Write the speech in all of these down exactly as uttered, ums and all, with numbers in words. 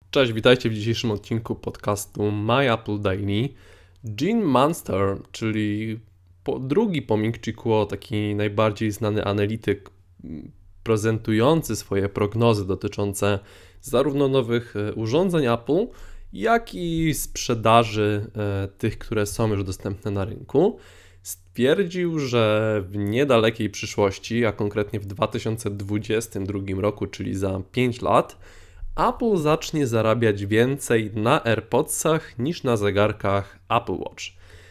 Cześć, witajcie w dzisiejszym odcinku podcastu My Apple Daily. Gene Munster, czyli po, drugi po Ming Chi Kuo, taki najbardziej znany analityk prezentujący swoje prognozy dotyczące zarówno nowych urządzeń Apple, jak i sprzedaży e, tych, które są już dostępne na rynku, stwierdził, że w niedalekiej przyszłości, a konkretnie w dwa tysiące dwudziestym drugim roku, czyli za pięć lat, Apple zacznie zarabiać więcej na AirPodsach niż na zegarkach Apple Watch.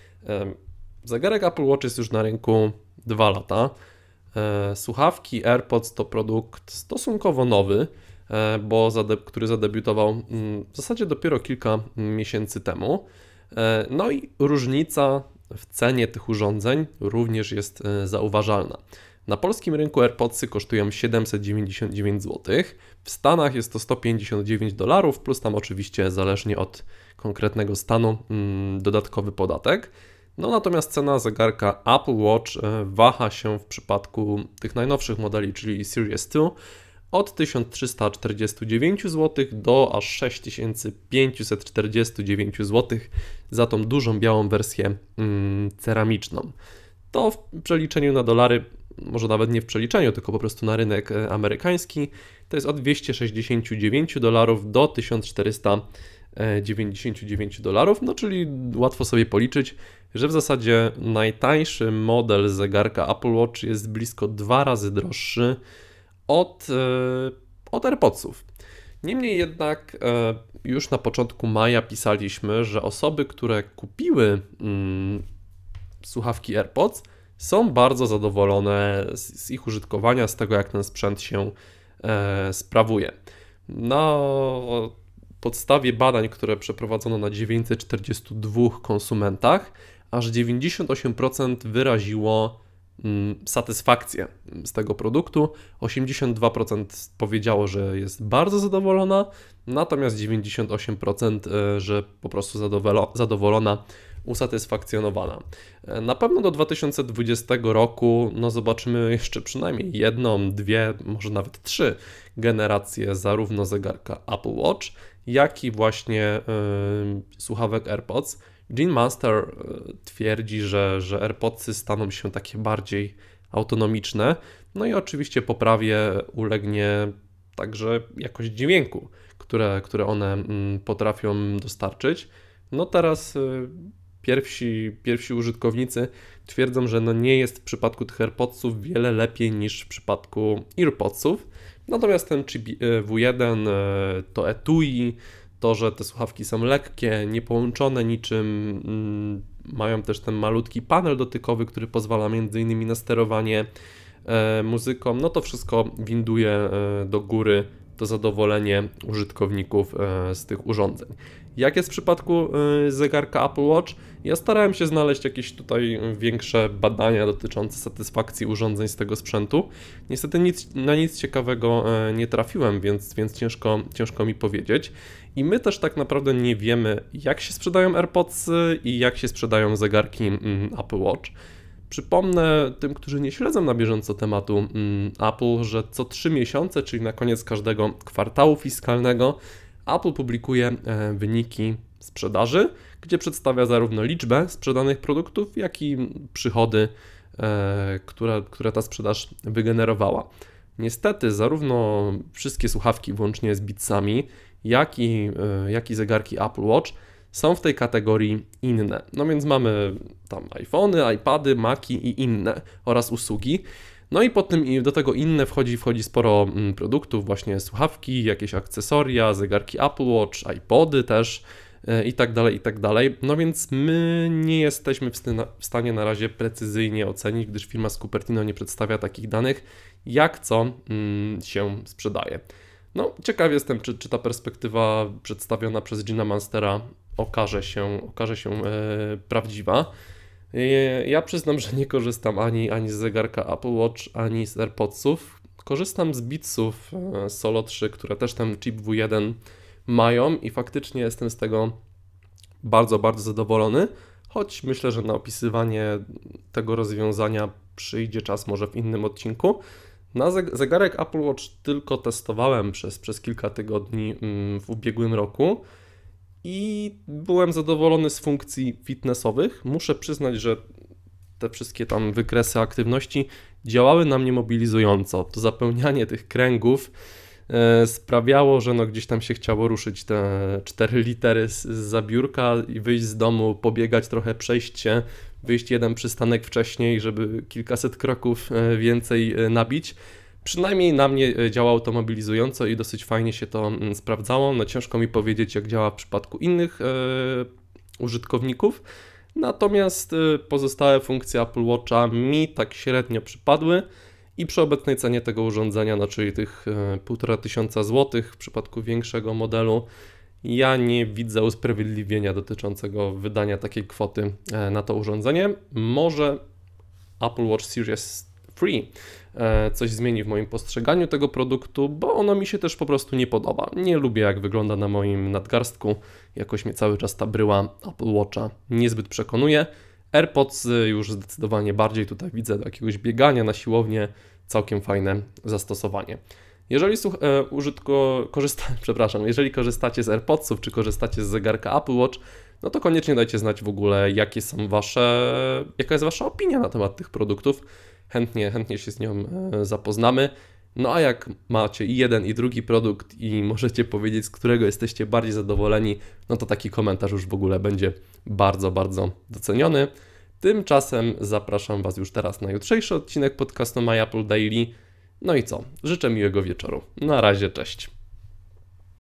Zegarek Apple Watch jest już na rynku dwa lata. Słuchawki AirPods to produkt stosunkowo nowy, bo zade- który zadebiutował w zasadzie dopiero kilka miesięcy temu. No i różnica w cenie tych urządzeń również jest zauważalna. Na polskim rynku AirPodsy kosztują siedemset dziewięćdziesiąt dziewięć złotych, w Stanach jest to sto pięćdziesiąt dziewięć dolarów, plus tam oczywiście zależnie od konkretnego stanu dodatkowy podatek. No natomiast cena zegarka Apple Watch waha się w przypadku tych najnowszych modeli, czyli Series dwa, od tysiąc trzysta czterdzieści dziewięć złotych do aż sześć tysięcy pięćset czterdzieści dziewięć złotych za tą dużą białą wersję mm, ceramiczną. To w przeliczeniu na dolary, może nawet nie w przeliczeniu, tylko po prostu na rynek amerykański, to jest od dwieście sześćdziesiąt dziewięć dolarów do tysiąc czterysta dziewięćdziesiąt dziewięć dolarów, no czyli łatwo sobie policzyć, że w zasadzie najtańszy model zegarka Apple Watch jest blisko dwa razy droższy od, od AirPodsów. Niemniej jednak już na początku maja pisaliśmy, że osoby, które kupiły mm, słuchawki AirPods, są bardzo zadowolone z, z ich użytkowania, z tego jak ten sprzęt się e, sprawuje. Na podstawie badań, które przeprowadzono na dziewięćset czterdziestu dwóch konsumentach, aż dziewięćdziesiąt osiem procent wyraziło mm, satysfakcję z tego produktu, osiemdziesiąt dwa procent powiedziało, że jest bardzo zadowolona, natomiast dziewięćdziesiąt osiem procent, e, że po prostu zadowolo- zadowolona, usatysfakcjonowana. Na pewno do dwa tysiące dwudziestego roku no zobaczymy jeszcze przynajmniej jedną, dwie, może nawet trzy generacje zarówno zegarka Apple Watch, jak i właśnie yy, słuchawek AirPods. Gene Munster yy, twierdzi, że, że AirPodsy staną się takie bardziej autonomiczne, no i oczywiście poprawie ulegnie także jakość dźwięku, które, które one yy, potrafią dostarczyć. No teraz yy, Pierwsi, pierwsi użytkownicy twierdzą, że no nie jest w przypadku tych AirPodsów wiele lepiej niż w przypadku AirPodsów. Natomiast ten chip W jeden, to etui, to, że te słuchawki są lekkie, niepołączone niczym, mają też ten malutki panel dotykowy, który pozwala między innymi na sterowanie muzyką, no to wszystko winduje do góry to zadowolenie użytkowników z tych urządzeń. Jak jest w przypadku zegarka Apple Watch? Ja starałem się znaleźć jakieś tutaj większe badania dotyczące satysfakcji urządzeń z tego sprzętu. Niestety nic, na nic ciekawego nie trafiłem, więc, więc ciężko, ciężko mi powiedzieć. I my też tak naprawdę nie wiemy, jak się sprzedają AirPods i jak się sprzedają zegarki Apple Watch. Przypomnę tym, którzy nie śledzą na bieżąco tematu mm, Apple, że co trzy miesiące, czyli na koniec każdego kwartału fiskalnego, Apple publikuje e, wyniki sprzedaży, gdzie przedstawia zarówno liczbę sprzedanych produktów, jak i przychody, e, które, które ta sprzedaż wygenerowała. Niestety zarówno wszystkie słuchawki włącznie z Beatsami, jak i, e, jak i zegarki Apple Watch są w tej kategorii inne. No więc mamy tam iPhony, iPady, Maci i inne oraz usługi. No i potem do tego inne wchodzi, wchodzi sporo produktów, właśnie słuchawki, jakieś akcesoria, zegarki Apple Watch, iPody też i tak dalej, i tak dalej. No więc my nie jesteśmy w stanie na razie precyzyjnie ocenić, gdyż firma z Cupertino nie przedstawia takich danych, jak co się sprzedaje. No, ciekaw jestem, czy, czy ta perspektywa przedstawiona przez Gina Munstera okaże się, okaże się e, prawdziwa. E, ja przyznam, że nie korzystam ani, ani z zegarka Apple Watch, ani z AirPodsów. Korzystam z Beatsów e, Solo trzy, które też ten chip W jeden mają i faktycznie jestem z tego bardzo, bardzo zadowolony, choć myślę, że na opisywanie tego rozwiązania przyjdzie czas może w innym odcinku. Na zegarek Apple Watch tylko testowałem przez, przez kilka tygodni w ubiegłym roku i byłem zadowolony z funkcji fitnessowych. Muszę przyznać, że te wszystkie tam wykresy aktywności działały na mnie mobilizująco. To zapełnianie tych kręgów sprawiało, że no gdzieś tam się chciało ruszyć te cztery litery z, z biurka i wyjść z domu, pobiegać trochę, przejść się, wyjść jeden przystanek wcześniej, żeby kilkaset kroków więcej nabić. Przynajmniej na mnie działało to mobilizująco i dosyć fajnie się to sprawdzało. No ciężko mi powiedzieć, jak działa w przypadku innych e, użytkowników. Natomiast pozostałe funkcje Apple Watcha mi tak średnio przypadły i przy obecnej cenie tego urządzenia, no czyli tych półtora tysiąca złotych w przypadku większego modelu, ja nie widzę usprawiedliwienia dotyczącego wydania takiej kwoty na to urządzenie. Może Apple Watch Series trzy coś zmieni w moim postrzeganiu tego produktu, bo ono mi się też po prostu nie podoba. Nie lubię, jak wygląda na moim nadgarstku. Jakoś mnie cały czas ta bryła Apple Watcha niezbyt przekonuje. AirPods już zdecydowanie bardziej tutaj widzę do jakiegoś biegania na siłownię. Całkiem fajne zastosowanie. Jeżeli słuch- e, użytko, korzysta, przepraszam, jeżeli korzystacie z AirPodsów czy korzystacie z zegarka Apple Watch, no to koniecznie dajcie znać w ogóle, jakie są wasze, jaka jest wasza opinia na temat tych produktów. Chętnie, chętnie się z nią e, zapoznamy. No a jak macie i jeden i drugi produkt i możecie powiedzieć, z którego jesteście bardziej zadowoleni, no to taki komentarz już w ogóle będzie bardzo, bardzo doceniony. Tymczasem zapraszam Was już teraz na jutrzejszy odcinek podcastu My Apple Daily. No i co? Życzę miłego wieczoru. Na razie, cześć.